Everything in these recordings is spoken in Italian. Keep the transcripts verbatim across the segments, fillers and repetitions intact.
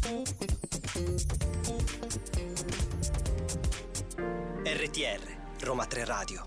R T R Roma tre Radio.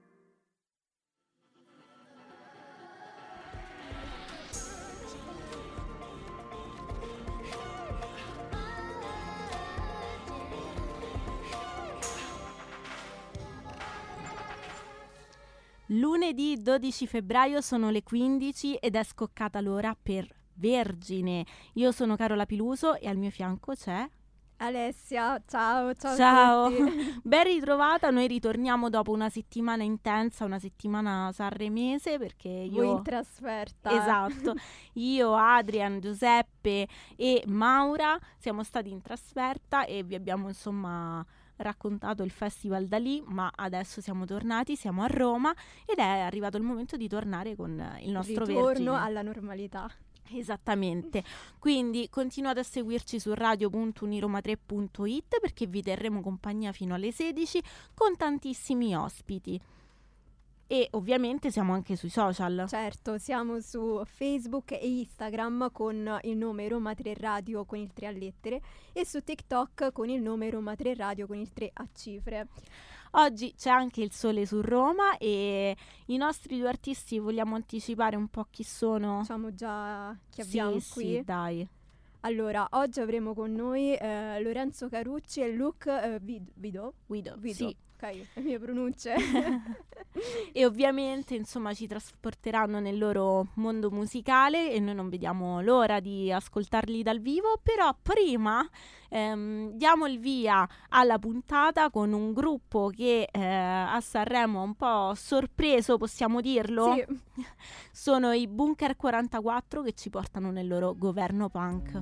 Lunedì dodici febbraio sono le quindici ed è scoccata l'ora per Vergine. Io sono Carola Piluso e al mio fianco c'è Alessia. Ciao, ciao, ciao. a tutti. Ben ritrovata, noi ritorniamo dopo una settimana intensa, una settimana sanremese, perché io... Voi in trasferta. Esatto, io, Adrian, Giuseppe e Maura siamo stati in trasferta e vi abbiamo insomma raccontato il festival da lì, ma adesso siamo tornati, siamo a Roma ed è arrivato il momento di tornare con il nostro Ritorno Vergine. alla normalità. Esattamente, quindi continuate a seguirci su radio punto uniroma tre punto it perché vi terremo compagnia fino alle sedici con tantissimi ospiti e ovviamente siamo anche sui social. Certo, siamo su Facebook e Instagram con il nome Roma tre Radio con il tre a lettere e su TikTok con il nome Roma tre Radio con il tre a cifre. Oggi c'è anche il sole su Roma e i nostri due artisti vogliamo anticipare un po' chi sono? Facciamo già chi abbiamo sì, qui. Sì, dai. Allora, oggi avremo con noi eh, Lorenzo Carucci e Luke eh, Vid- Vido. Guido, Vido. sì. Ok, le mie pronunce. E ovviamente insomma ci trasporteranno nel loro mondo musicale e noi non vediamo l'ora di ascoltarli dal vivo, però prima ehm, diamo il via alla puntata con un gruppo che eh, a Sanremo un po' sorpreso, possiamo dirlo? Sì. Sono i Bunker quarantaquattro che ci portano nel loro governo punk.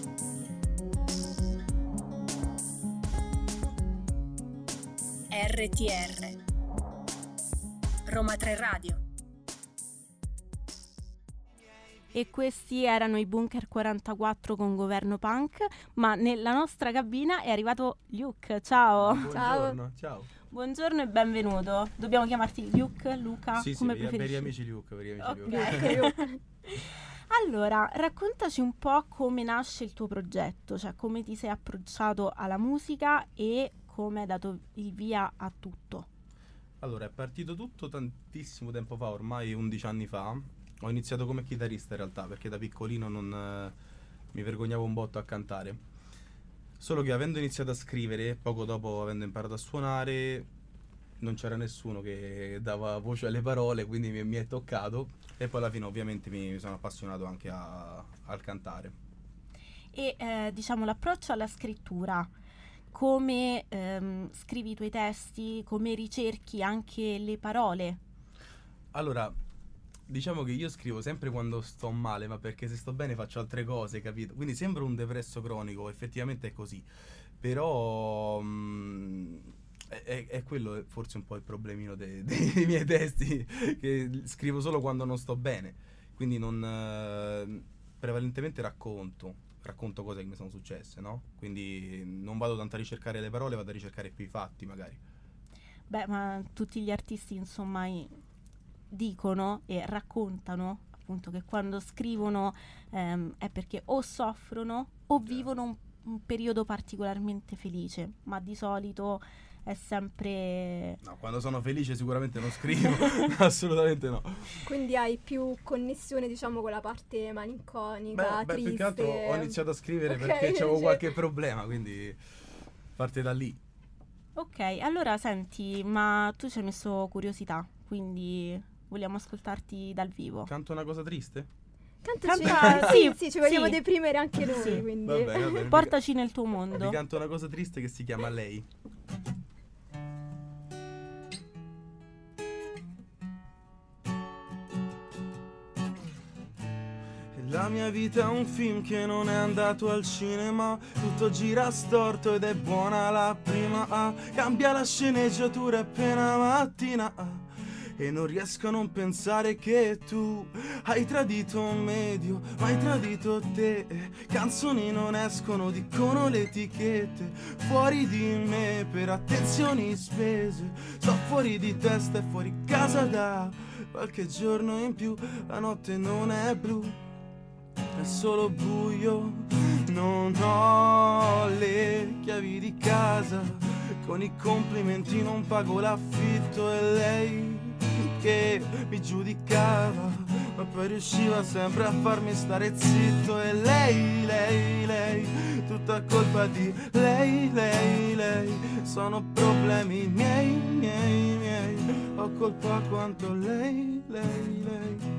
R T R Roma tre Radio. E questi erano i Bunker quarantaquattro con governo punk, ma nella nostra cabina è arrivato Luke. Ciao. Buongiorno, ciao. Buongiorno e benvenuto. Dobbiamo chiamarti Luke, Luca, Sì, come sì, per, preferisci? per gli amici Luke, per gli amici Ok. Luke. Allora, raccontaci un po' come nasce il tuo progetto, cioè come ti sei approcciato alla musica e come hai dato il via a tutto. Allora, è partito tutto tantissimo tempo fa, ormai undici anni fa. Ho iniziato come chitarrista in realtà, perché da piccolino non eh, mi vergognavo un botto a cantare. Solo che avendo iniziato a scrivere, poco dopo avendo imparato a suonare, non c'era nessuno che dava voce alle parole, quindi mi, mi è toccato. E poi alla fine ovviamente mi, mi sono appassionato anche a, al cantare. E eh, diciamo l'approccio alla scrittura, come ehm, scrivi i tuoi testi, come ricerchi anche le parole? Allora, diciamo che io scrivo sempre quando sto male, ma perché se sto bene faccio altre cose, capito? Quindi sembra un depresso cronico, effettivamente è così. Però mh, è, è quello forse un po' il problemino de- dei miei testi, che scrivo solo quando non sto bene. Quindi non eh, prevalentemente racconto, racconto cose che mi sono successe, no? Quindi non vado tanto a ricercare le parole, vado a ricercare più i fatti, magari. Beh, ma tutti gli artisti insomma i- dicono e raccontano appunto che quando scrivono ehm, è perché o soffrono o vivono un, un periodo particolarmente felice, ma di solito è sempre... No, quando sono felice sicuramente non scrivo, assolutamente no. Quindi hai più connessione, diciamo, con la parte malinconica, Beh, beh, triste. più che altro ho iniziato a scrivere Ok, perché avevo cioè- qualche problema, quindi parte da lì. Ok, allora senti, ma tu ci hai messo curiosità, quindi vogliamo ascoltarti dal vivo. Canto una cosa triste? Cantaci, Canta- sì, sì, sì, ci vogliamo sì. deprimere anche noi, Sì. quindi. Va bene, va bene. Portaci nel tuo Vi mondo. canto una cosa triste che si chiama Lei. La mia vita è un film che non è andato al cinema, tutto gira storto ed è buona la prima A, cambia la sceneggiatura appena mattina A, e non riesco a non pensare che tu hai tradito un medio, ma hai tradito te. Canzoni non escono, dicono le etichette, fuori di me per attenzioni spese, sto fuori di testa e fuori casa da qualche giorno in più, la notte non è blu, è solo buio, Non ho le chiavi di casa, con i complimenti non pago l'affitto. E lei che mi giudicava, ma poi riusciva sempre a farmi stare zitto. E lei, lei, lei, tutta colpa di lei, lei, lei. Sono problemi miei, miei, miei. Ho colpa quanto lei, lei, lei.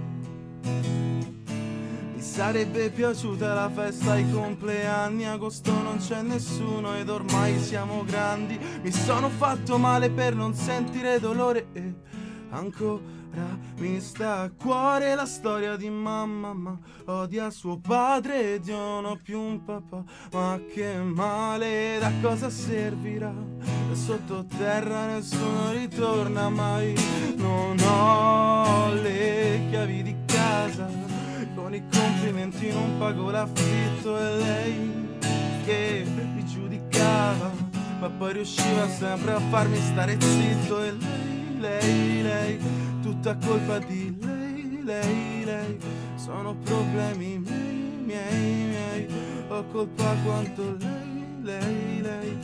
Mi sarebbe piaciuta la festa ai compleanni, agosto non c'è nessuno ed ormai siamo grandi. Mi sono fatto male per non sentire dolore e ancora mi sta a cuore la storia di mamma, ma odia suo padre ed io non ho più un papà. Ma che male, da cosa servirà? E sottoterra nessuno ritorna mai. Non ho le chiavi di casa, con i complimenti non pago l'affitto. E lei che mi giudicava, ma poi riusciva sempre a farmi stare zitto. E lei, lei, lei, tutta colpa di lei, lei, lei. Sono problemi miei, miei, miei. Ho colpa quanto lei, lei, lei.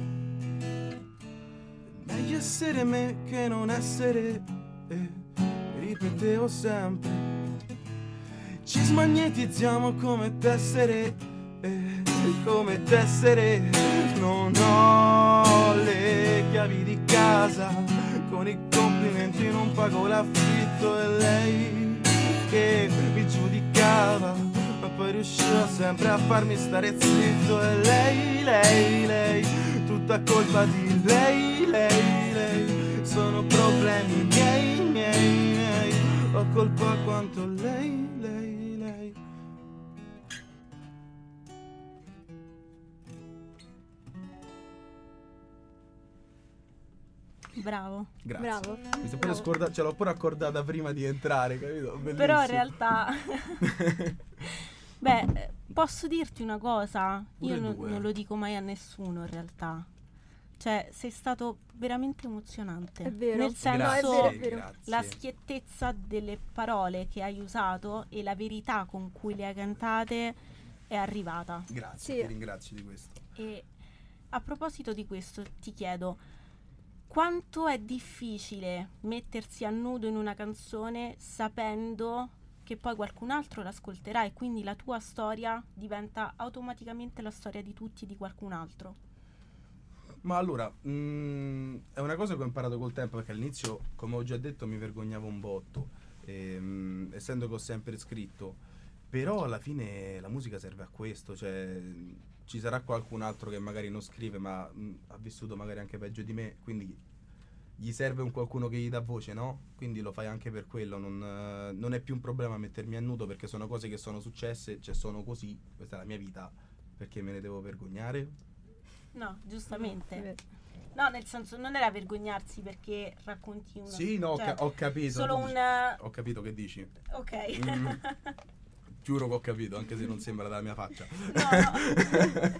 Meglio essere me che non essere, eh, ripetevo sempre. Ci smagnetizziamo come tessere, eh, come tessere. Non ho le chiavi di casa, con i complimenti non pago l'affitto. E lei che mi giudicava, ma poi riusciva sempre a farmi stare zitto. E lei, lei, lei, tutta colpa di lei, lei, lei. Sono problemi miei, miei, miei. Ho colpa quanto lei, lei, lei. Bravo. Grazie. Bravo. Mi sono pure scordato, ce l'ho pure accordata prima di entrare, capito? Bellissimo. Però in realtà beh, eh, posso dirti una cosa? Pure Io no- due. non lo dico mai a nessuno in realtà. Cioè, sei stato veramente emozionante. È vero. Nel senso, No, è vero, è vero. grazie. la schiettezza delle parole che hai usato e la verità con cui le hai cantate è arrivata. Grazie, Sì. ti ringrazio di questo. E a proposito di questo ti chiedo, quanto è difficile mettersi a nudo in una canzone sapendo che poi qualcun altro l'ascolterà e quindi la tua storia diventa automaticamente la storia di tutti e di qualcun altro? Ma allora, mh, è una cosa che ho imparato col tempo, perché all'inizio, come ho già detto, mi vergognavo un botto, ehm, essendo che ho sempre scritto. Però alla fine la musica serve a questo, cioè ci sarà qualcun altro che magari non scrive, ma mh, ha vissuto magari anche peggio di me, quindi gli serve un qualcuno che gli dà voce, no? Quindi lo fai anche per quello, non, eh, non è più un problema mettermi a nudo, perché sono cose che sono successe, cioè sono così, questa è la mia vita, perché me ne devo vergognare? No, È giustamente. vero. No, nel senso, non era vergognarsi perché racconti una... Sì, no, ho cioè, ca- ho capito. solo tu un... dici- Ho capito che dici. Ok. Mm. Giuro che ho capito, anche se non sembra dalla mia faccia. No,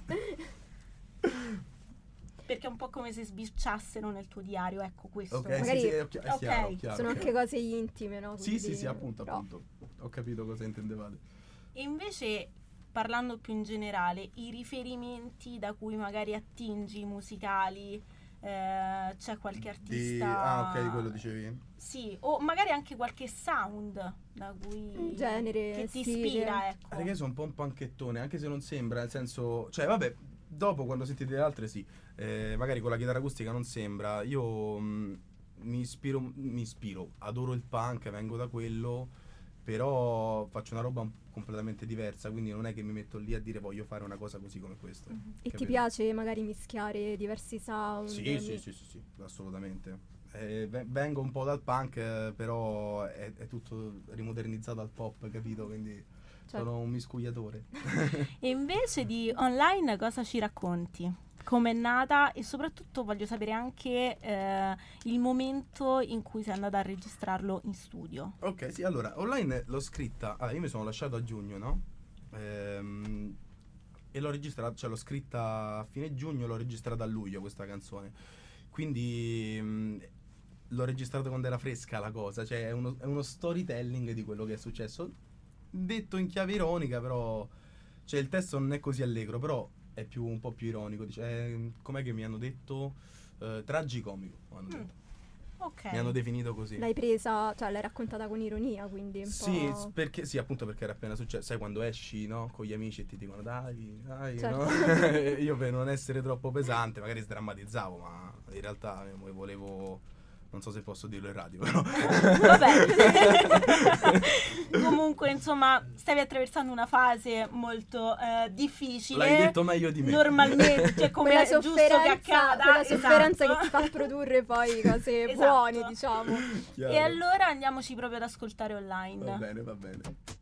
no. Perché è un po' come se sbirciassero nel tuo diario, ecco questo. Ok, Magari- sì, sì, è chi- è Ok. chiaro, chiaro, Sono chiaro. anche cose intime, no? Sì, sì, Quindi- sì, appunto, però- appunto. Ho capito cosa intendevate. E invece, parlando più in generale, i riferimenti da cui magari attingi musicali, eh, c'è qualche Di... artista... Ah, ok, di quello dicevi. Sì, o magari anche qualche sound da cui... Genere, che ti stile. ispira, ecco. Perché sono un po' un panchettone, anche se non sembra, nel senso... Cioè, vabbè, dopo quando sentite le altre sì. Eh, magari con la chitarra acustica non sembra. Io mh, mi ispiro, mi ispiro, adoro il punk, vengo da quello, però faccio una roba un- completamente diversa, quindi non è che mi metto lì a dire voglio fare una cosa così come questa. Mhm. E ti Capito? piace magari mischiare diversi sound? Sì, mi- sì, sì, sì, sì, assolutamente. Eh, ve- vengo un po' dal punk, eh, però è, è tutto rimodernizzato al pop, capito? Quindi Certo. sono un miscugliatore. E invece di online cosa ci racconti? Come è nata e soprattutto voglio sapere anche eh, il momento in cui sei andata a registrarlo in studio. Ok, sì, allora, online l'ho scritta, ah, io mi sono lasciato a giugno, no? Ehm, e l'ho registrata, cioè l'ho scritta a fine giugno, l'ho registrata a luglio questa canzone. Quindi mh, l'ho registrata quando era fresca la cosa, cioè è uno, è uno storytelling di quello che è successo. Detto in chiave ironica, però cioè il testo non è così allegro, però è più un po' più ironico, dice, è, com'è che mi hanno detto? Uh, tragicomico, hanno detto. Mm. Ok. Mi hanno definito così. L'hai presa, cioè l'hai raccontata con ironia, quindi un Sì, po'... perché, sì, appunto perché era appena successo. Sai quando esci, no, con gli amici e ti dicono dai, dai, Certo. no? Io per non essere troppo pesante magari sdrammatizzavo, ma in realtà eh, volevo, non so se posso dirlo in radio, però Vabbè. Comunque, insomma, stavi attraversando una fase molto eh, difficile. l'hai detto meglio di me. Normalmente, cioè come quella è giusto che sofferenza, accada. quella sofferenza esatto. che ti fa produrre poi cose Esatto. buone, diciamo. Chiaro. E allora andiamoci proprio ad ascoltare online. Va bene, va bene.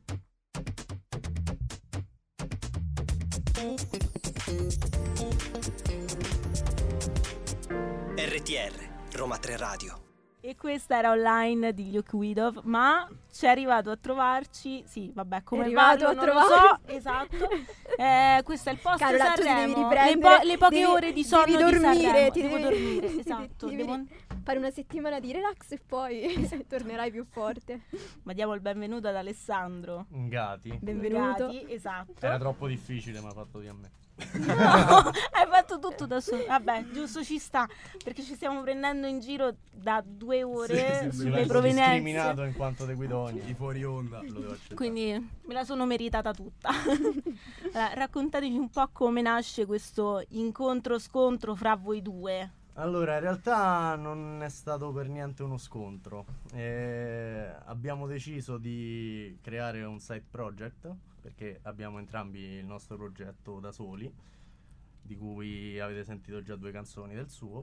R T R, Roma tre Radio. E questa era online di Luke Widov, ma ci è arrivato a trovarci, sì, vabbè, come È arrivato vado a non lo trovarci. so, esatto. Eh, questo è il post Carola, tu ti devi Sanremo, le, riprendere, po- le poche devi- ore di sonno devi di dormire, Sanremo. ti Devo devi- dormire, ti esatto. devi devo- fare una settimana di relax e poi tornerai più forte. Ma diamo il benvenuto ad Alessandro Ngati. Benvenuto. Gatti, esatto. Era troppo difficile, ma ha fatto di a me. No, hai fatto tutto da solo. Vabbè, giusto, ci sta, perché ci stiamo prendendo in giro da due ore Sì, sì, sulle vengo provenienze. discriminato in quanto te guidoni. I fuori onda lo devo accettare. Quindi me la sono meritata tutta. Allora, raccontateci un po' come nasce questo incontro-scontro fra voi due. Allora, in realtà non è stato per niente uno scontro. Eh, abbiamo deciso di creare un side project, perché abbiamo entrambi il nostro progetto da soli, di cui avete sentito già due canzoni del suo.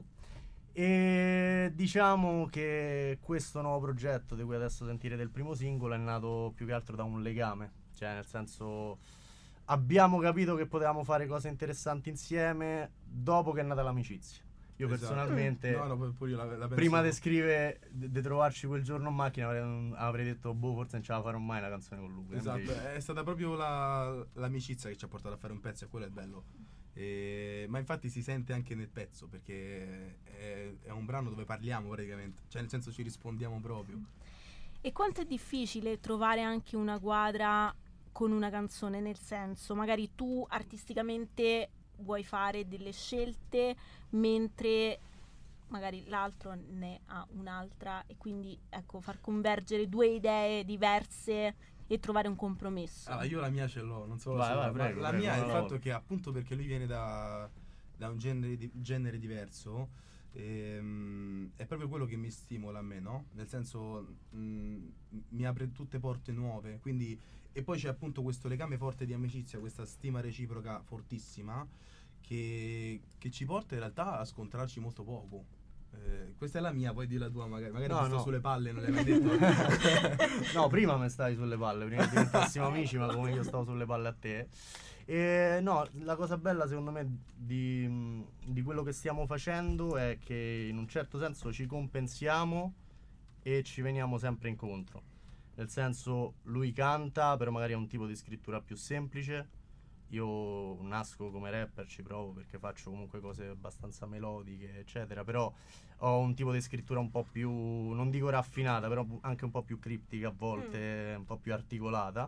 E diciamo che questo nuovo progetto, di cui adesso sentirete il primo singolo, è nato più che altro da un legame. Cioè, nel senso, abbiamo capito che potevamo fare cose interessanti insieme dopo che è nata l'amicizia. Io Esatto. personalmente, No, no, pure io la, la penso. prima di scrivere, di trovarci quel giorno in macchina, avrei, avrei detto, boh, forse non ce la farò mai la canzone con lui. Esatto, Invece- è stata proprio la, l'amicizia che ci ha portato a fare un pezzo e quello è bello. E, ma infatti si sente anche nel pezzo, perché è, è un brano dove parliamo praticamente, cioè nel senso ci rispondiamo proprio. E quanto è difficile trovare anche una quadra con una canzone, nel senso, magari tu artisticamente vuoi fare delle scelte mentre magari l'altro ne ha un'altra, e quindi ecco, far convergere due idee diverse e trovare un compromesso. Allora, io la mia ce l'ho, non so Vai, se- vai, ma prego, la prego, mia è il non la fatto voglio. che appunto perché lui viene da, da un genere, di- genere diverso, ehm, è proprio quello che mi stimola a me, no? Nel senso, mh, mi apre tutte porte nuove, quindi, e poi c'è appunto questo legame forte di amicizia, questa stima reciproca fortissima che, che ci porta in realtà a scontrarci molto poco. Eh, questa è la mia, poi di la tua magari, magari No, ti sto no. sulle palle, non l'hai mai detto. No, prima mi stavi sulle palle, prima che diventassimo amici, ma come io stavo sulle palle a te. E no, la cosa bella secondo me di, di quello che stiamo facendo è che in un certo senso ci compensiamo e ci veniamo sempre incontro. Nel senso, lui canta, però magari ha un tipo di scrittura più semplice. Io nasco come rapper, ci provo perché faccio comunque cose abbastanza melodiche, eccetera, però ho un tipo di scrittura un po' più, non dico raffinata, però anche un po' più criptica a volte, un po' più articolata.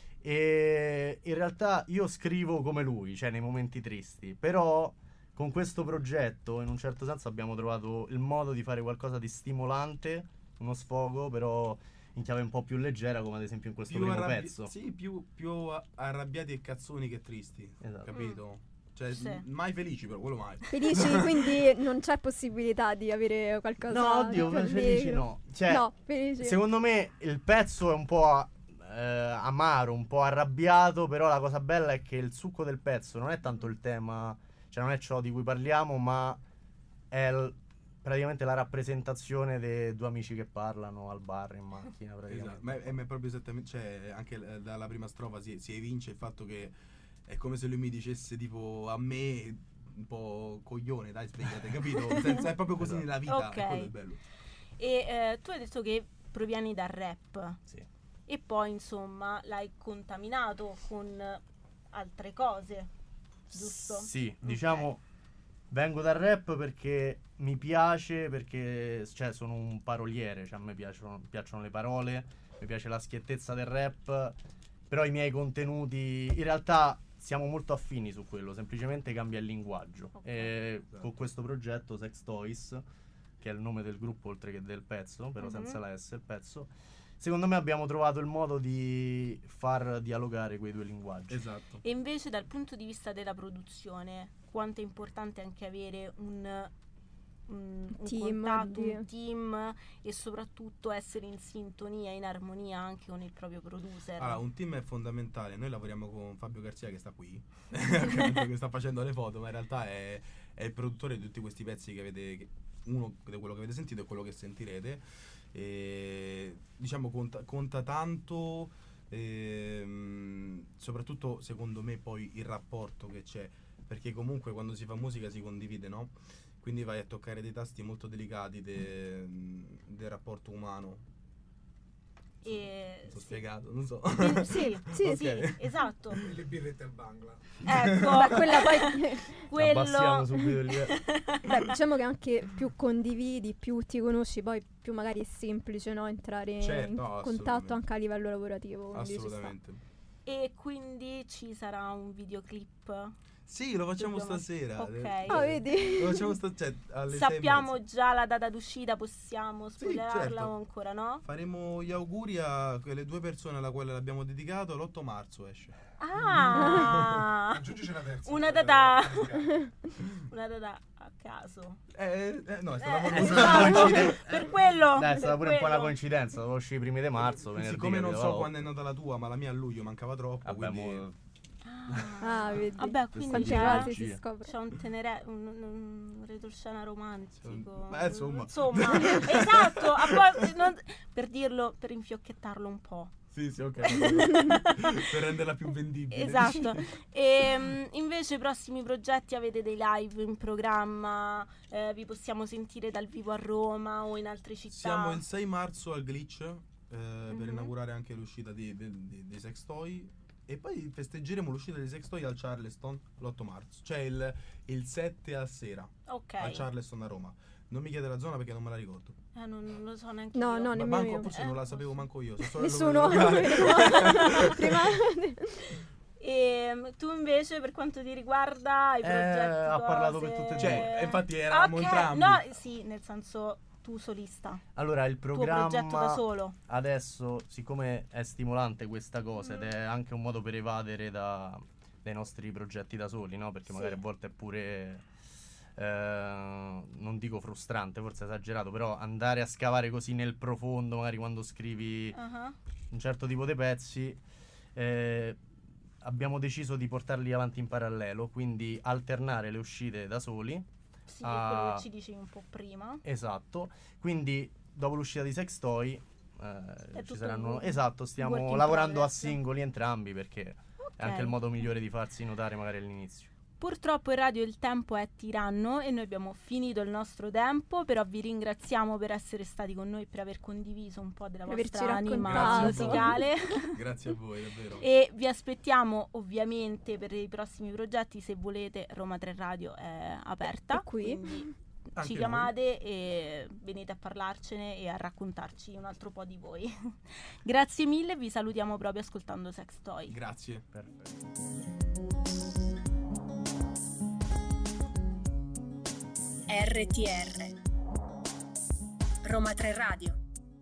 E in realtà io scrivo come lui, cioè nei momenti tristi, però con questo progetto in un certo senso abbiamo trovato il modo di fare qualcosa di stimolante, uno sfogo, però in chiave un po' più leggera, come ad esempio in questo Più primo arrabbi- pezzo. Sì, più, più a- arrabbiati e cazzoni che tristi. Esatto. Capito? Cioè, Sì. m- mai felici, però quello mai. Felici, quindi non c'è possibilità di avere qualcosa No, oddio, di più felici allegro. no. Cioè, no, felici. secondo me il pezzo è un po' eh, amaro, un po' arrabbiato, però la cosa bella è che il succo del pezzo non è tanto il tema, cioè non è ciò di cui parliamo, ma è l- praticamente la rappresentazione dei due amici che parlano al bar in macchina praticamente. Esatto. Ma è, è proprio esattamente, cioè, anche eh, dalla prima strofa si, si evince il fatto che è come se lui mi dicesse tipo a me un po' coglione, dai, svegliate, capito? Senza- è proprio così Esatto. nella vita, Ok. è quello il bello. E eh, tu hai detto che provieni dal rap Sì. e poi insomma l'hai contaminato con altre cose, giusto? Sì, diciamo vengo dal rap perché mi piace, perché cioè sono un paroliere, cioè a me piacciono, piacciono le parole, mi piace la schiettezza del rap, però i miei contenuti in realtà siamo molto affini su quello, semplicemente cambia il linguaggio. Okay. E Esatto. con questo progetto Sex Toys, che è il nome del gruppo oltre che del pezzo, però Mhm. senza la S il pezzo, secondo me abbiamo trovato il modo di far dialogare quei due linguaggi. Esatto. E invece dal punto di vista della produzione, quanto è importante anche avere un, un, un Team contatto, di- un team e soprattutto essere in sintonia, in armonia anche con il proprio producer. Allora, un team è fondamentale. Noi lavoriamo con Fabio Garzia che sta qui, che sta facendo le foto, ma in realtà è, è il produttore di tutti questi pezzi che avete, che- uno di quello che avete sentito e quello che sentirete. E, diciamo conta, conta tanto, ehm, soprattutto secondo me poi il rapporto che c'è, perché comunque quando si fa musica si condivide, no? Quindi vai a toccare dei tasti molto delicati de- del rapporto umano. E Non so sì. spiegato, non so. Eh, sì, sì, Ok. sì, esatto. Le birrette al Bangla. Ecco, Beh, quella poi quello Abbassiamo subito il livello. beh, diciamo che anche più condividi, più ti conosci, poi più magari è semplice, no, entrare Certo, in no, contatto assolutamente. anche a livello lavorativo. quindi ci sta. Assolutamente. E quindi ci sarà un videoclip. Sì, lo facciamo Dobbiamo- stasera. ok. Eh, Ah, vedi? Lo facciamo sta- cioè, alle sei e Sappiamo mezza. già la data d'uscita, possiamo Sì, spoilerarla certo. o ancora no? Faremo gli auguri a quelle due persone alla quale l'abbiamo dedicato. L'otto marzo esce. Ah! Aggiungici una terza. Una quella data della- una data a caso. Eh, eh, no, è stata Eh, proprio È esatto. stata una coincidenza. Per quello. Dai, è stata per pure un po' una quello. coincidenza, dovevo uscire i primi di marzo, venerdì. Siccome non capito? so quando è nata la tua, ma la mia a luglio mancava troppo. Vabbè, quindi... mo- Ah, vedi. Vabbè, quindi Quante c'è, cose si scopre. c'è un tenere un, un retroscena romantico. Beh, insomma. Insomma, esatto, a volte non- per dirlo, per infiocchetarlo un po'. Sì, sì, ok. Per renderla più vendibile. Esatto. E invece prossimi progetti, avete dei live in programma? Eh, vi possiamo sentire dal vivo a Roma o in altre città? Siamo il sei marzo al Glitch eh, per Mhm. inaugurare anche l'uscita di- di- di- dei Sex Toy. E poi festeggeremo l'uscita dei Sex Toy al Charleston l'otto marzo. Cioè il, il sette a sera Ok. al Charleston a Roma. Non mi chiede la zona perché non me la ricordo. Eh, non, non lo so neanche No, io. no, Ma nemmeno manco, io. forse Eh, non la forse. sapevo manco io. so solo il Nessuno. nome del locale. Prima. E tu invece, per quanto ti riguarda, hai Eh, progetti, ha parlato cose- per tutte e Cioè, infatti eravamo Ok, entrambi. No, sì, nel senso tu solista. Allora, il Tuo progetto da programma solo. adesso, siccome è stimolante questa cosa ed Mm. è anche un modo per evadere da, dai nostri progetti da soli, no? Perché Sì. magari a volte è pure, eh, non dico frustrante, forse esagerato, però andare a scavare così nel profondo, magari quando scrivi Ah, un certo tipo di pezzi, eh, abbiamo deciso di portarli avanti in parallelo, quindi alternare le uscite da soli. sì, Ah. quello che ci dicevi un po' prima. Esatto, quindi dopo l'uscita di Sex Toy eh, tutto ci saranno... un Esatto, work stiamo in lavorando a progress. singoli entrambi perché Ok. è anche il modo migliore di farsi notare magari all'inizio. Purtroppo in radio il tempo è tiranno e noi abbiamo finito il nostro tempo, però vi ringraziamo per essere stati con noi, per aver condiviso un po' della Per averci vostra anima raccontato. musicale. Grazie a voi, davvero. E vi aspettiamo ovviamente per i prossimi progetti, se volete. Roma tre Radio è aperta, È qui. quindi Anche ci noi. chiamate e venite a parlarcene e a raccontarci un altro po' di voi. Grazie mille, vi salutiamo proprio ascoltando Sex Toy. Grazie. Perfetto. R T R Roma tre Radio.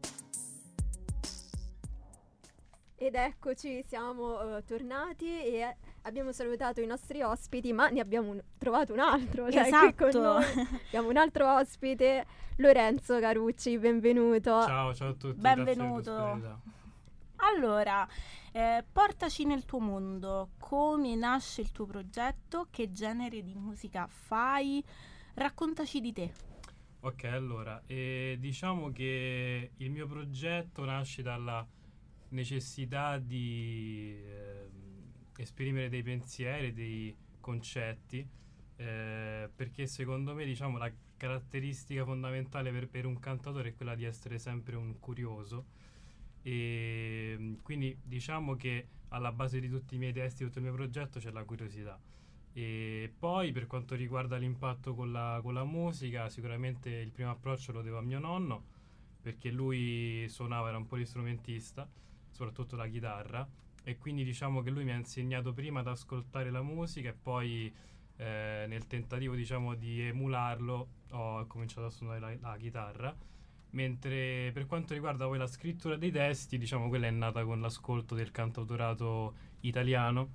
Ed eccoci, siamo eh, tornati e eh, abbiamo salutato i nostri ospiti, ma ne abbiamo un- trovato un altro. Cioè, qui con Esatto. noi abbiamo un altro ospite, Lorenzo Carucci, benvenuto. Ciao, ciao a tutti. Benvenuto. grazie dell'ospitalità. Allora, eh, portaci nel tuo mondo, come nasce il tuo progetto, che genere di musica fai, raccontaci di te. Ok, allora, eh, diciamo che il mio progetto nasce dalla necessità di ehm, esprimere dei pensieri, dei concetti, eh, perché secondo me, diciamo, la caratteristica fondamentale per, per un cantautore è quella di essere sempre un curioso. E mm, quindi diciamo che alla base di tutti i miei testi, tutto il mio progetto c'è la curiosità. E poi per quanto riguarda l'impatto con la, con la musica, sicuramente il primo approccio lo devo a mio nonno, perché lui suonava, era un polistrumentista, soprattutto la chitarra, e quindi diciamo che lui mi ha insegnato prima ad ascoltare la musica e poi eh, nel tentativo diciamo di emularlo ho cominciato a suonare la, la chitarra, mentre per quanto riguarda poi la scrittura dei testi, diciamo quella è nata con l'ascolto del cantautorato italiano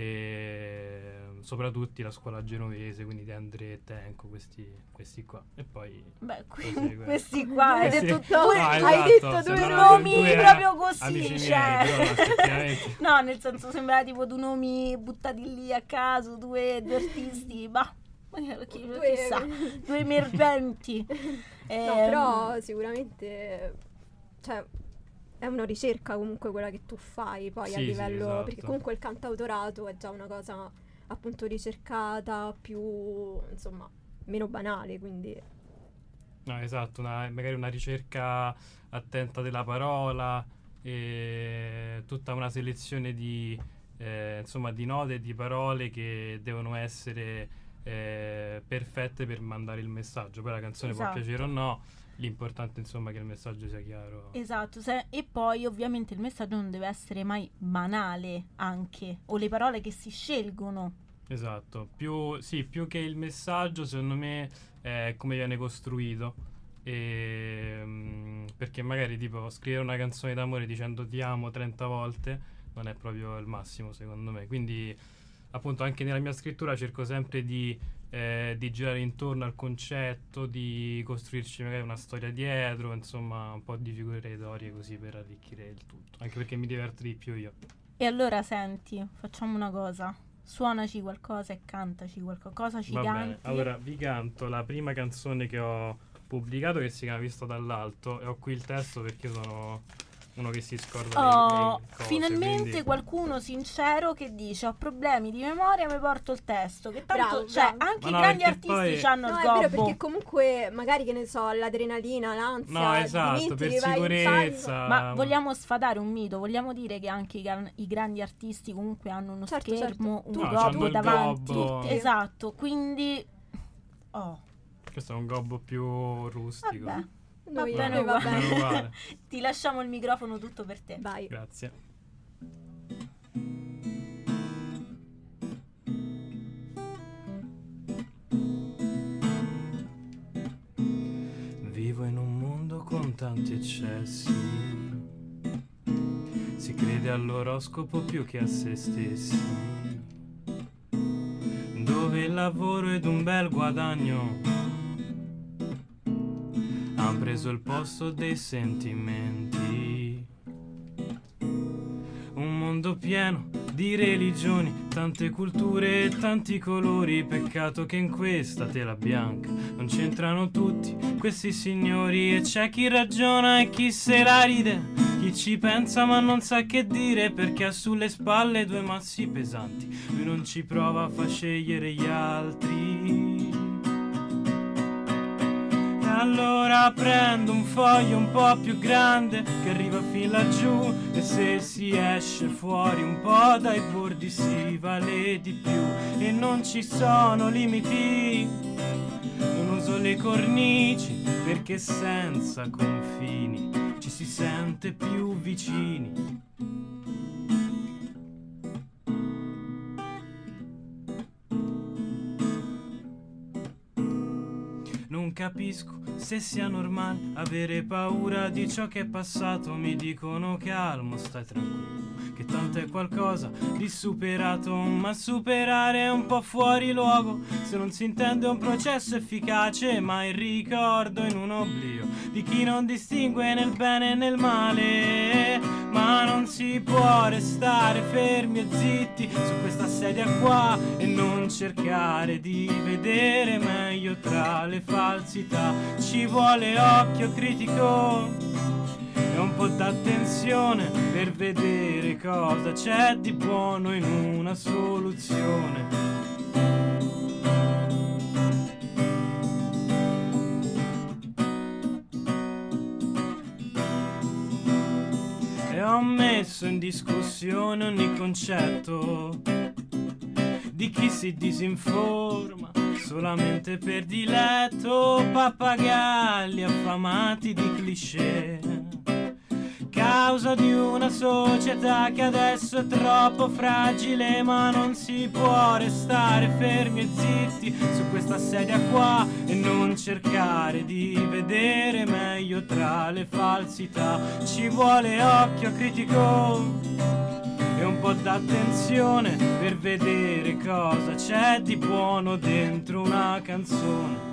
e soprattutto la scuola genovese, quindi di Andrea e Tenco, questi, questi qua, e poi Beh, qui, prosegue. questi qua hai Questi- detto No, due, esatto, hai detto due sembrano nomi due proprio così, amici miei, cioè. però effettivamente- No, nel senso sembrava tipo due nomi buttati lì a caso, due, due artisti, bah, chi, chi Due- sa, due emergenti. No, Ehm, però sicuramente, cioè, è una ricerca comunque quella che tu fai poi Sì, a sì, livello, esatto. perché comunque il cantautorato è già una cosa appunto ricercata, più, insomma, meno banale, quindi No, esatto, una- magari una ricerca attenta della parola e tutta una selezione di, eh, insomma, di note e di parole che devono essere eh, perfette per mandare il messaggio. Poi la canzone Esatto. può piacere o no, l'importante insomma è che il messaggio sia chiaro. Esatto, se- e poi ovviamente il messaggio non deve essere mai banale anche, o le parole che si scelgono. Esatto, più, sì, più che il messaggio secondo me è come viene costruito. E, mm, perché magari tipo scrivere una canzone d'amore dicendo ti amo trenta volte non è proprio il massimo secondo me, quindi appunto anche nella mia scrittura cerco sempre di, eh, di girare intorno al concetto, di costruirci magari una storia dietro, insomma un po' di figure reitorie così per arricchire il tutto, anche perché mi diverto di più io. E allora senti, facciamo una cosa, suonaci qualcosa e cantaci qualcosa, cosa ci Va bene, canti? allora vi canto la prima canzone che ho pubblicato, che si chiama Visto dall'alto, e ho qui il testo perché sono uno che si scorda Oh, le, le cose, finalmente quindi- qualcuno sincero che dice ho problemi di memoria, mi porto il testo, che tanto, Bravo, cioè, bravo. anche Ma i no, grandi perché artisti poi- hanno no, il è vero, gobbo. perché comunque magari, che ne so, l'adrenalina, l'ansia, No, esatto, dimentichi, per vai in sicurezza. panico. Ma vogliamo sfadare un mito, vogliamo dire che anche i, gran- i grandi artisti comunque hanno uno Certo, schermo, certo. un No, gobbo c'hanno il davanti. gobbo. Tutti. Esatto, quindi oh, Questo è un gobbo più rustico. vabbè, Noi, va bene, noi va uguale. bene. uguale. Ti lasciamo il microfono tutto per te. Vai. Grazie. Vivo in un mondo con tanti eccessi, si crede all'oroscopo più che a se stessi, dove il lavoro ed un bel guadagno han preso il posto dei sentimenti. Un mondo pieno di religioni, tante culture e tanti colori. Peccato che in questa tela bianca non c'entrano tutti questi signori. E c'è chi ragiona e chi se la ride, chi ci pensa ma non sa che dire, perché ha sulle spalle due massi pesanti. Lui non ci prova, fa scegliere gli altri. E allora prendo un foglio un po' più grande che arriva fin laggiù, e se si esce fuori un po' dai bordi si vale di più. E non ci sono limiti, non uso le cornici, perché senza confini ci si sente più vicini. Non capisco se sia normale avere paura di ciò che è passato. Mi dicono calmo, stai tranquillo, che tanto è qualcosa di superato. Ma superare è un po' fuori luogo se non si intende un processo efficace, ma il ricordo in un oblio di chi non distingue nel bene e nel male. Ma non si può restare fermi e zitti su questa sedia qua e non cercare di vedere meglio tra le falsità. Ci vuole occhio critico e un po' d'attenzione per vedere cosa c'è di buono in una soluzione. E ho messo in discussione ogni concetto di chi si disinforma solamente per diletto. Pappagalli affamati di cliché, causa di una società che adesso è troppo fragile, ma non si può restare fermi e zitti su questa sedia qua e non cercare di vedere meglio tra le falsità. Ci vuole occhio critico e un po' d'attenzione per vedere cosa c'è di buono dentro una canzone.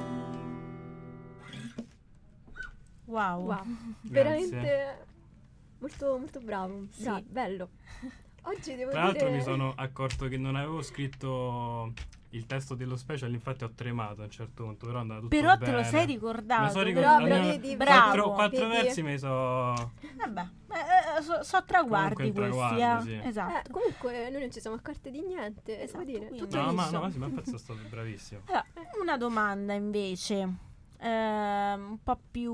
Wow. Wow, Grazie. veramente molto molto bravo, Sì. Bra- bello. Oggi devo Tra l'altro dire mi sono accorto che non avevo scritto il testo dello special, infatti ho tremato a un certo punto, però è andato tutto Però bene. te lo sei Me ricordato. lo so Però, ricordato. però Ne ho- vedi, bravo. Quattro, quattro vedi? versi me li so... Vabbè, eh, eh, so, so traguardi Comunque un questi, traguardo, eh. sì. Esatto. Eh, comunque noi non ci siamo accorti di niente, Esatto, devo dire, quindi- tutto No, ma liscio. no, sì, ma infatti sono stato bravissimo. Allora, una domanda invece, ehm, un po' più,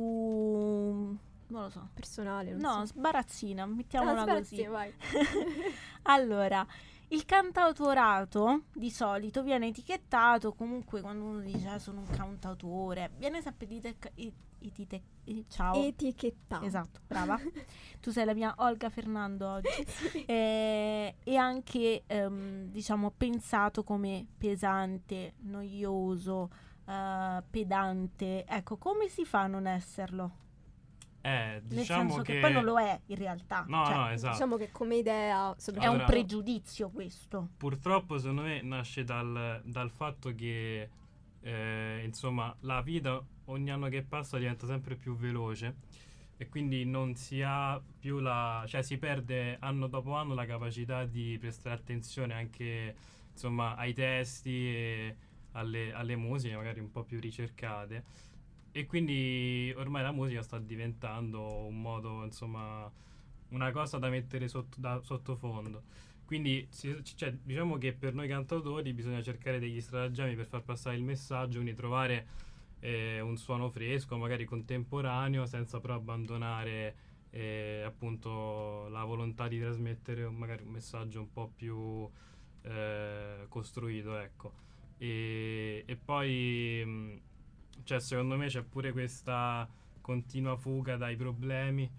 non lo so, Personale, non no, so. sbarazzina, Ah, mettiamola sbarazzi, così. vai. Allora, il cantautorato di solito viene etichettato, comunque quando uno dice "Ah, sono un cantautore", viene sempre dite- i- itite- i- ciao. Etichetta. Esatto, brava. Tu sei la mia Olga Fernando oggi. Eh, e anche, ehm, diciamo, pensato come pesante, noioso, eh, pedante. Ecco, come si fa a non esserlo? Eh, Nel diciamo senso che... che... poi non lo è in realtà. No, Cioè, no, esatto. Diciamo che come idea è soprattutto- un Allora- pregiudizio questo. Purtroppo secondo me nasce dal, dal fatto che eh, insomma la vita ogni anno che passa diventa sempre più veloce e quindi non si ha più la, cioè si perde anno dopo anno la capacità di prestare attenzione anche insomma ai testi e alle, alle musiche magari un po' più ricercate, e quindi ormai la musica sta diventando un modo, insomma, una cosa da mettere sotto, da sottofondo. Quindi si- cioè, diciamo che per noi cantautori bisogna cercare degli stratagemmi per far passare il messaggio, quindi trovare eh, un suono fresco, magari contemporaneo, senza però abbandonare eh, appunto la volontà di trasmettere un- magari un messaggio un po' più eh, costruito, ecco. E, e poi mh, cioè secondo me c'è pure questa continua fuga dai problemi,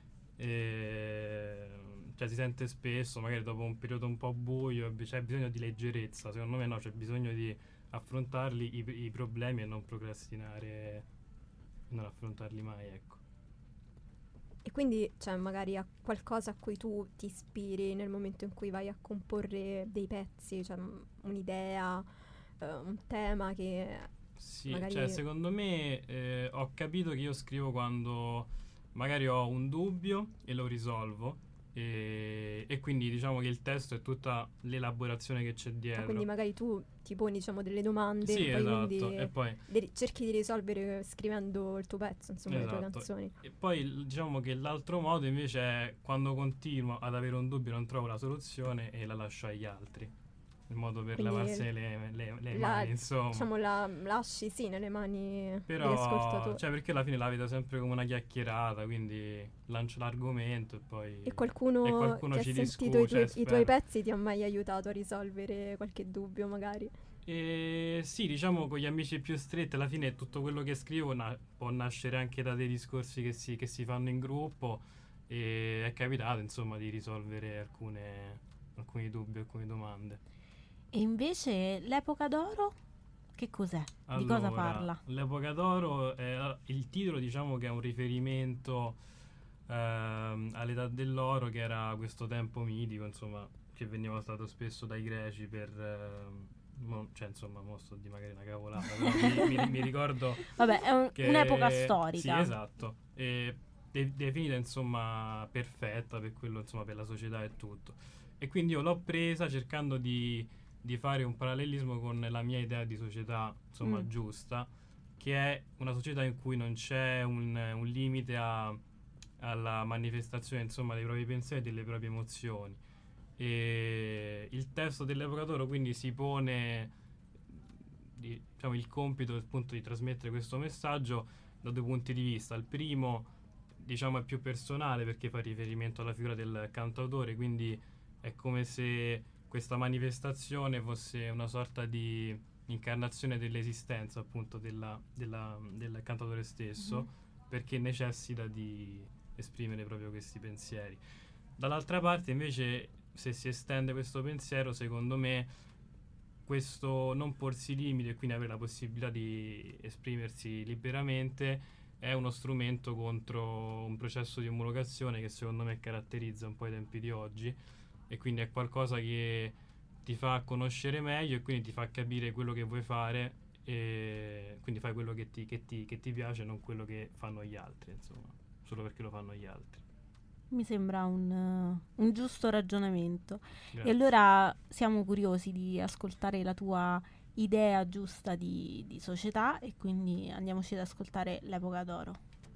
e, cioè si sente spesso magari dopo un periodo un po' buio c'è bisogno di leggerezza. Secondo me no, c'è bisogno di affrontarli i, i problemi e non procrastinare, non affrontarli mai, ecco. E quindi c'è magari a qualcosa a cui tu ti ispiri nel momento in cui vai a comporre dei pezzi, cioè m- un'idea, eh, un tema che Sì, magari- cioè secondo me eh, ho capito che io scrivo quando magari ho un dubbio e lo risolvo, e, e quindi diciamo che il testo è tutta l'elaborazione che c'è ah, dietro. quindi magari tu ti poni diciamo delle domande Sì, e poi esatto. quindi E poi, de- cerchi di risolvere scrivendo il tuo pezzo, insomma, le tue Esatto. canzoni. e poi l- diciamo che l'altro modo invece è quando continuo ad avere un dubbio e non trovo la soluzione e la lascio agli altri, il modo per Quindi lavarsene le, le, le la- mani, insomma. Diciamo la lasci sì nelle mani degli Però, ascoltatori. cioè, perché alla fine la vedo sempre come una chiacchierata, quindi lancio l'argomento e poi... E qualcuno, e qualcuno che ci ha sentito i discute, tuoi, i tuoi spero. pezzi ti ha mai aiutato a risolvere qualche dubbio magari? E sì, diciamo con gli amici più stretti, alla fine tutto quello che scrivo na- può nascere anche da dei discorsi che si, che si fanno in gruppo, e è capitato insomma di risolvere alcune, alcuni dubbi, alcune domande. E invece l'epoca d'oro, che cos'è? Di cosa Allora, parla? L'epoca d'oro, è, il titolo diciamo che è un riferimento ehm, all'età dell'oro, che era questo tempo mitico, insomma, che veniva usato spesso dai greci per... ehm, mo- cioè insomma, mo sto di magari una cavolata, però mi, mi- mi ricordo Vabbè, è un- che... un'epoca Sì, storica. esatto. E de- definita insomma perfetta per quello, insomma, per la società e tutto. E quindi io l'ho presa cercando di, di fare un parallelismo con la mia idea di società, insomma, Mm. giusta, che è una società in cui non c'è un, un limite a- alla manifestazione, insomma, dei propri pensieri e delle proprie emozioni. E il testo dell'epoca d'oro quindi si pone di- diciamo, il compito appunto di trasmettere questo messaggio da due punti di vista. Il primo, diciamo, è più personale perché fa riferimento alla figura del cantautore, quindi è come se questa manifestazione fosse una sorta di incarnazione dell'esistenza appunto della, della- del cantautore stesso, Mhm. perché necessita di, esprimere proprio questi pensieri. Dall'altra parte invece, se si estende questo pensiero, secondo me questo non porsi limiti e quindi avere la possibilità di esprimersi liberamente è uno strumento contro un processo di omologazione che secondo me caratterizza un po' i tempi di oggi, e quindi è qualcosa che ti fa conoscere meglio e quindi ti fa capire quello che vuoi fare, e quindi fai quello che ti, che ti, che ti piace, non quello che fanno gli altri, insomma, solo perché lo fanno gli altri. Mi sembra un, uh, un giusto ragionamento. Grazie. E allora siamo curiosi di ascoltare la tua idea giusta di, di società, e quindi andiamoci ad ascoltare l'Epoca d'Oro.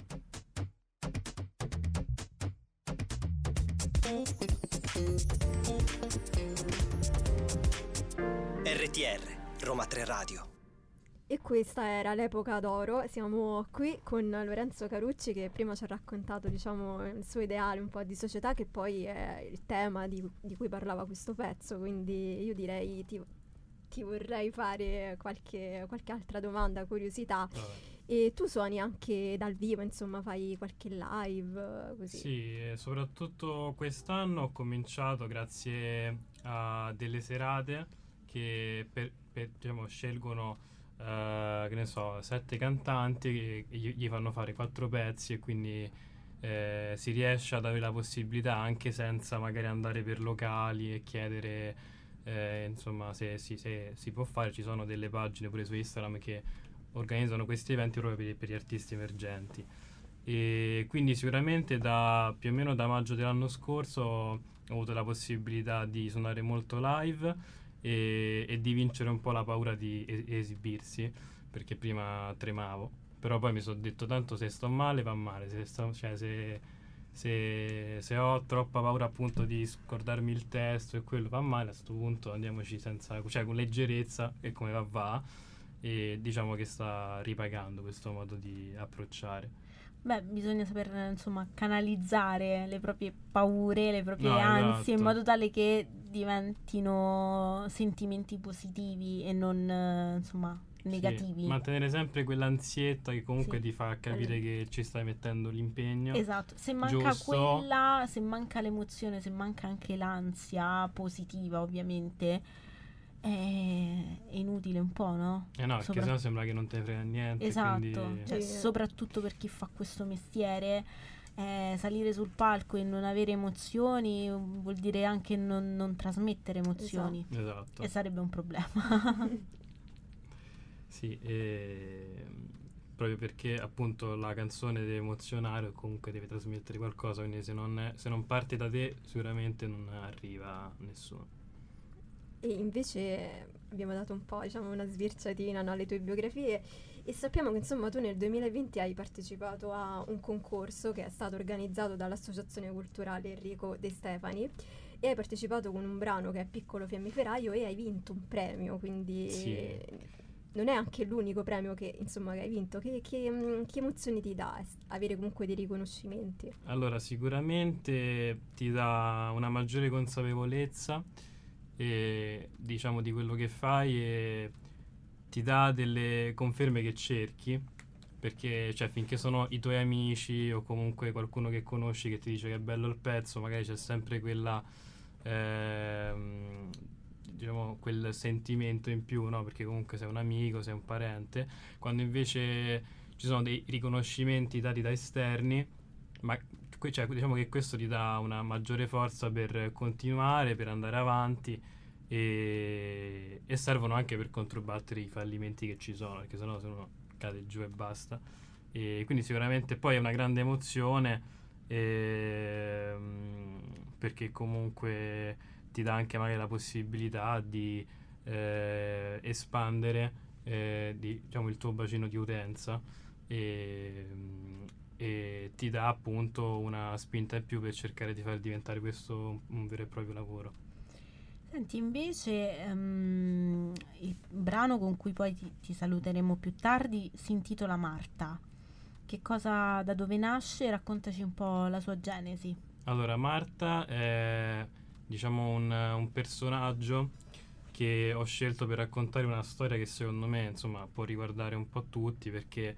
R T R, Roma tre Radio. E questa era l'Epoca d'Oro. Siamo qui con Lorenzo Carucci, che prima ci ha raccontato, diciamo, il suo ideale un po' di società, che poi è il tema di, di cui parlava questo pezzo. Quindi io direi ti, ti vorrei fare qualche, qualche altra domanda, curiosità. Vabbè. E tu suoni anche dal vivo, insomma, fai qualche live, così? Sì, e soprattutto quest'anno ho cominciato grazie a delle serate che per, per, diciamo, scelgono Uh, che ne so, sette cantanti che gli, gli fanno fare quattro pezzi, e quindi eh, si riesce ad avere la possibilità, anche senza magari andare per locali e chiedere eh, insomma se, se, se si può fare. Ci sono delle pagine pure su Instagram che organizzano questi eventi proprio per, per gli artisti emergenti, e quindi sicuramente da più o meno da maggio dell'anno scorso ho avuto la possibilità di suonare molto live E, e di vincere un po' la paura di es- esibirsi, perché prima tremavo, però poi mi sono detto tanto se sto male va male, se, sto, cioè se, se, se ho troppa paura appunto di scordarmi il testo e quello va male, a sto punto andiamoci senza, cioè con leggerezza e come va va, e diciamo che sta ripagando questo modo di approcciare. Beh, bisogna saper, insomma, canalizzare le proprie paure, le proprie No, ansie, esatto. in modo tale che diventino sentimenti positivi e non, eh, insomma, negativi. Sì, mantenere sempre quell'ansietta che comunque Sì. ti fa capire Eh. che ci stai mettendo l'impegno. Esatto, se manca giusto. quella, se manca l'emozione, se manca anche l'ansia positiva, ovviamente, è, è inutile un po', no? Eh no, perché Sopra- sennò sembra che non te ne frega niente. Esatto, Quindi... cioè, Sì. soprattutto per chi fa questo mestiere, eh, salire sul palco e non avere emozioni vuol dire anche non, non trasmettere emozioni, Esatto. e sarebbe un problema. Sì, e... proprio perché appunto la canzone deve emozionare o comunque deve trasmettere qualcosa, quindi se non, è- se non parte da te sicuramente non arriva a nessuno. E invece abbiamo dato un po', diciamo, una sbirciatina, no, alle tue biografie, e sappiamo che insomma tu nel duemilaventi hai partecipato a un concorso che è stato organizzato dall'Associazione Culturale Enrico De Stefani, e hai partecipato con un brano che è Piccolo Fiammiferaio e hai vinto un premio, quindi Sì. non è anche l'unico premio che, insomma, che hai vinto. Che, che, mh, che emozioni ti dà es- avere comunque dei riconoscimenti? Allora, sicuramente ti dà una maggiore consapevolezza, e, diciamo, di quello che fai, e ti dà delle conferme che cerchi, perché cioè finché sono i tuoi amici o comunque qualcuno che conosci che ti dice che è bello il pezzo, magari c'è sempre quella ehm, diciamo quel sentimento in più, no? Perché comunque sei un amico, sei un parente. Quando invece ci sono dei riconoscimenti dati da esterni, ma que- cioè, diciamo che questo ti dà una maggiore forza per continuare, per andare avanti, e, e servono anche per controbattere i fallimenti che ci sono, perché sennò se uno cade giù e basta. E quindi sicuramente poi è una grande emozione, ehm, perché comunque ti dà anche magari la possibilità di eh, espandere eh, di, diciamo, il tuo bacino di utenza, e, e ti dà appunto una spinta in più per cercare di far diventare questo un, un vero e proprio lavoro. Senti, invece, ehm, il brano con cui poi ti, ti saluteremo più tardi si intitola Marta. Che cosa, da dove nasce? Raccontaci un po' la sua genesi. Allora, Marta è, diciamo, un, un personaggio che ho scelto per raccontare una storia che secondo me, insomma, può riguardare un po' tutti, perché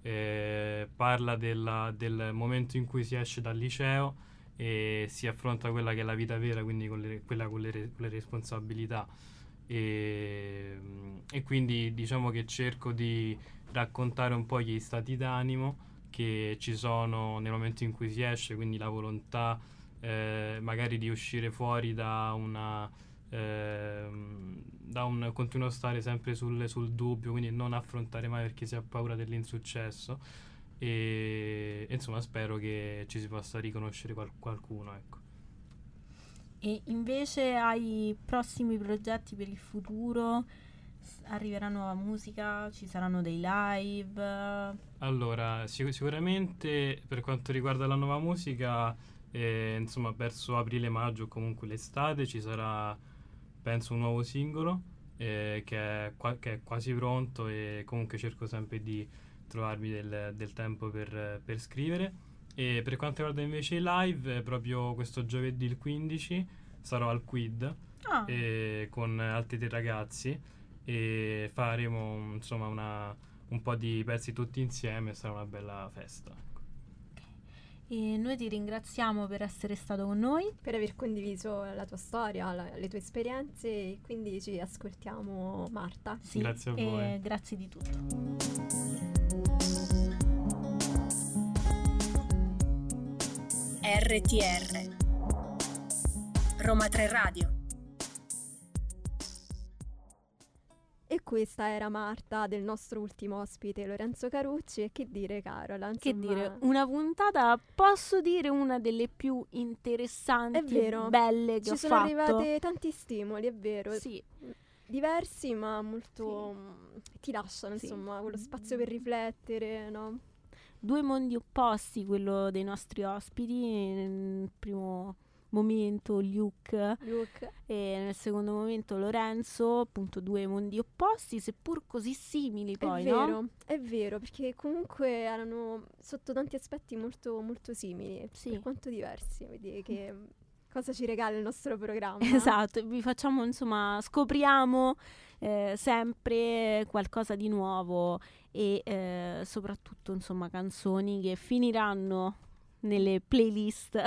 eh, parla della- del momento in cui si esce dal liceo e si affronta quella che è la vita vera, quindi con le, quella con le, re- con le responsabilità. E, e quindi diciamo che cerco di raccontare un po' gli stati d'animo che ci sono nel momento in cui si esce, quindi la volontà eh, magari di uscire fuori da una ehm, da un continuo stare sempre sul, sul dubbio, quindi non affrontare mai perché si ha paura dell'insuccesso e, e insomma spero che ci si possa riconoscere qual- qualcuno, ecco. E invece hai prossimi progetti per il futuro? S- Arriverà nuova musica? Ci saranno dei live? Allora, sic- sicuramente per quanto riguarda la nuova musica, eh, insomma, verso aprile-maggio o comunque l'estate ci sarà, penso, un nuovo singolo eh, che, è qua- che è quasi pronto e comunque cerco sempre di trovarmi del, del tempo per, per scrivere. E per quanto riguarda invece i live, eh, proprio questo giovedì il quindici sarò al Quid Ah, eh, con altri tre ragazzi e faremo insomma una un po' di pezzi tutti insieme, sarà una bella festa. e noi ti ringraziamo per essere stato con noi. Per aver condiviso la tua storia, la- le tue esperienze, e quindi ci ascoltiamo Marta. Sì, Grazie a e voi. grazie di tutto. R T R Roma tre Radio. E questa era Marta del nostro ultimo ospite Lorenzo Carucci. E che dire, Carola? Che Insomma, dire, una puntata, posso dire, una delle più interessanti È vero. e belle che ci ho sono fatto. arrivati tanti stimoli, è vero. Sì, Diversi, ma molto mm, ti lasciano, Sì. insomma, quello spazio per riflettere, no? due mondi opposti, quello dei nostri ospiti. Nel primo momento Luke Luke. e nel secondo momento Lorenzo, appunto due mondi opposti, seppur così simili poi, è vero, no? è vero, perché comunque erano sotto tanti aspetti molto, molto simili, Sì. per quanto diversi. Vedi che cosa ci regala il nostro programma. Esatto, e vi facciamo, insomma, scopriamo eh, sempre qualcosa di nuovo e eh, soprattutto, insomma, canzoni che finiranno nelle playlist.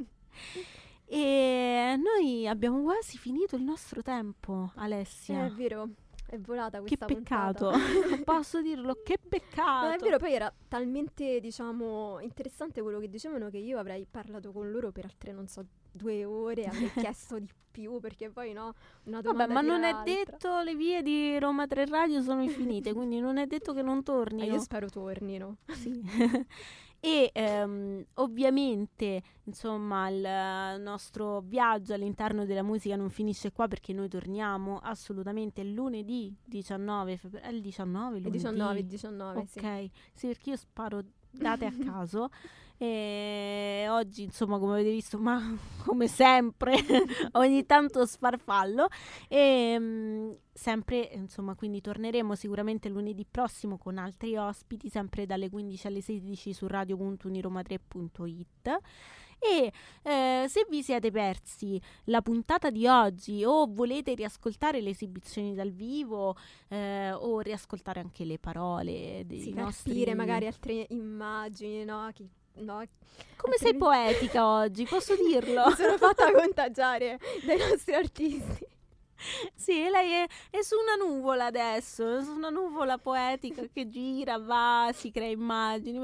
E noi abbiamo quasi finito il nostro tempo, Alessia. È vero, è volata Che questa peccato, puntata. posso dirlo, che peccato. No, è vero, poi era talmente, diciamo, interessante quello che dicevano che io avrei parlato con loro per altre, non so, due ore, avrei chiesto di più, perché poi no, una domanda Vabbè, ma tira non è l'altra. detto, le vie di Roma tre Radio sono infinite, quindi non è detto che non Eh, tornino. io spero tornino. Sì. E ehm, ovviamente, insomma, il nostro viaggio all'interno della musica non finisce qua, perché noi torniamo assolutamente lunedì diciannove febbraio. È il diciannove? Il Lunedì? diciannove, diciannove, sì. Ok, sì, perché io sparo date a caso. E oggi, insomma, come avete visto, ma come sempre, ogni tanto sfarfallo. E mm, sempre, insomma, quindi torneremo sicuramente lunedì prossimo con altri ospiti, sempre dalle quindici alle sedici su radio punto uniroma tre punto it. E eh, se vi siete persi la puntata di oggi o volete riascoltare le esibizioni dal vivo eh, o riascoltare anche le parole dei Sì, nostri... capire magari altre immagini, no? Chi, no? Come sei altri- poetica oggi, posso dirlo? Mi sono fatta contagiare dai nostri artisti. Sì, lei è, è su una nuvola adesso, è su una nuvola poetica che gira, va, si crea immagini.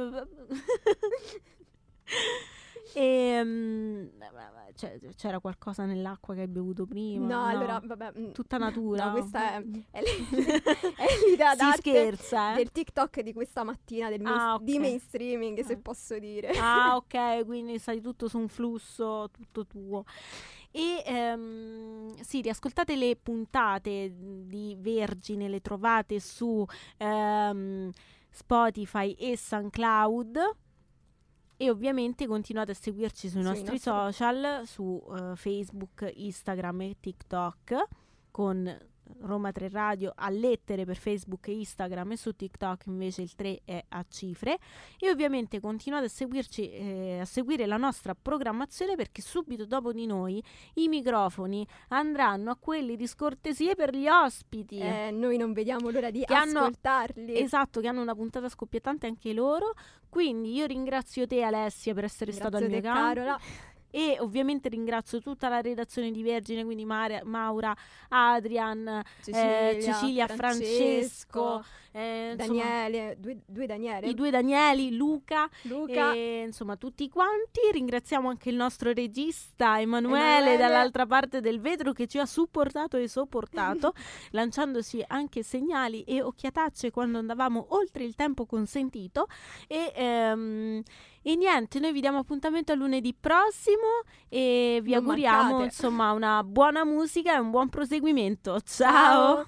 E, mm, cioè, c'era qualcosa nell'acqua che hai bevuto prima? No, allora, vabbè. mm, Tutta natura. No, questa è, è l- è l'idea Si d'arte scherza, eh? del TikTok di questa mattina, del main- Ah, ok. di mainstreaming, se Ah. posso dire. Ah, ok, quindi stai tutto su un flusso tutto tuo. E ehm, sì, riascoltate le puntate di Vergine, le trovate su ehm, Spotify e SoundCloud. E ovviamente continuate a seguirci sui Sui nostri nostri- social, su eh, Facebook, Instagram e TikTok, con Roma tre Radio a lettere per Facebook e Instagram, e su TikTok invece il tre è a cifre. E ovviamente continuate a seguirci, eh, a seguire la nostra programmazione, perché subito dopo di noi i microfoni andranno a quelli di scortesie per gli ospiti. Eh, noi non vediamo l'ora di Che hanno- ascoltarli. Esatto, che hanno una puntata scoppiettante anche loro. Quindi io ringrazio te, Alessia, per essere Grazie stato al mio te, accanto. Carola. E ovviamente ringrazio tutta la redazione di Vergine, quindi Mare- Maura, Adrian, Cecilia, eh, Cecilia, Francesco, eh, insomma, Daniele, due, due Daniele, i due Danieli, Luca, Luca, e insomma tutti quanti. Ringraziamo anche il nostro regista Emanuele, Emanuele. dall'altra parte del vetro, che ci ha supportato e sopportato lanciandosi anche segnali e occhiatacce quando andavamo oltre il tempo consentito. E ehm, E niente, noi vi diamo appuntamento a lunedì prossimo e vi Non auguriamo mancate. insomma una buona musica e un buon proseguimento. Ciao!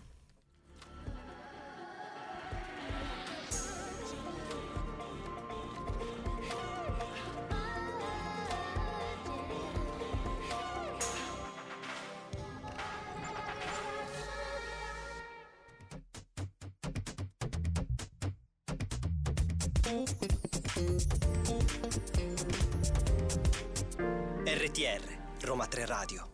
R T R Roma tre Radio.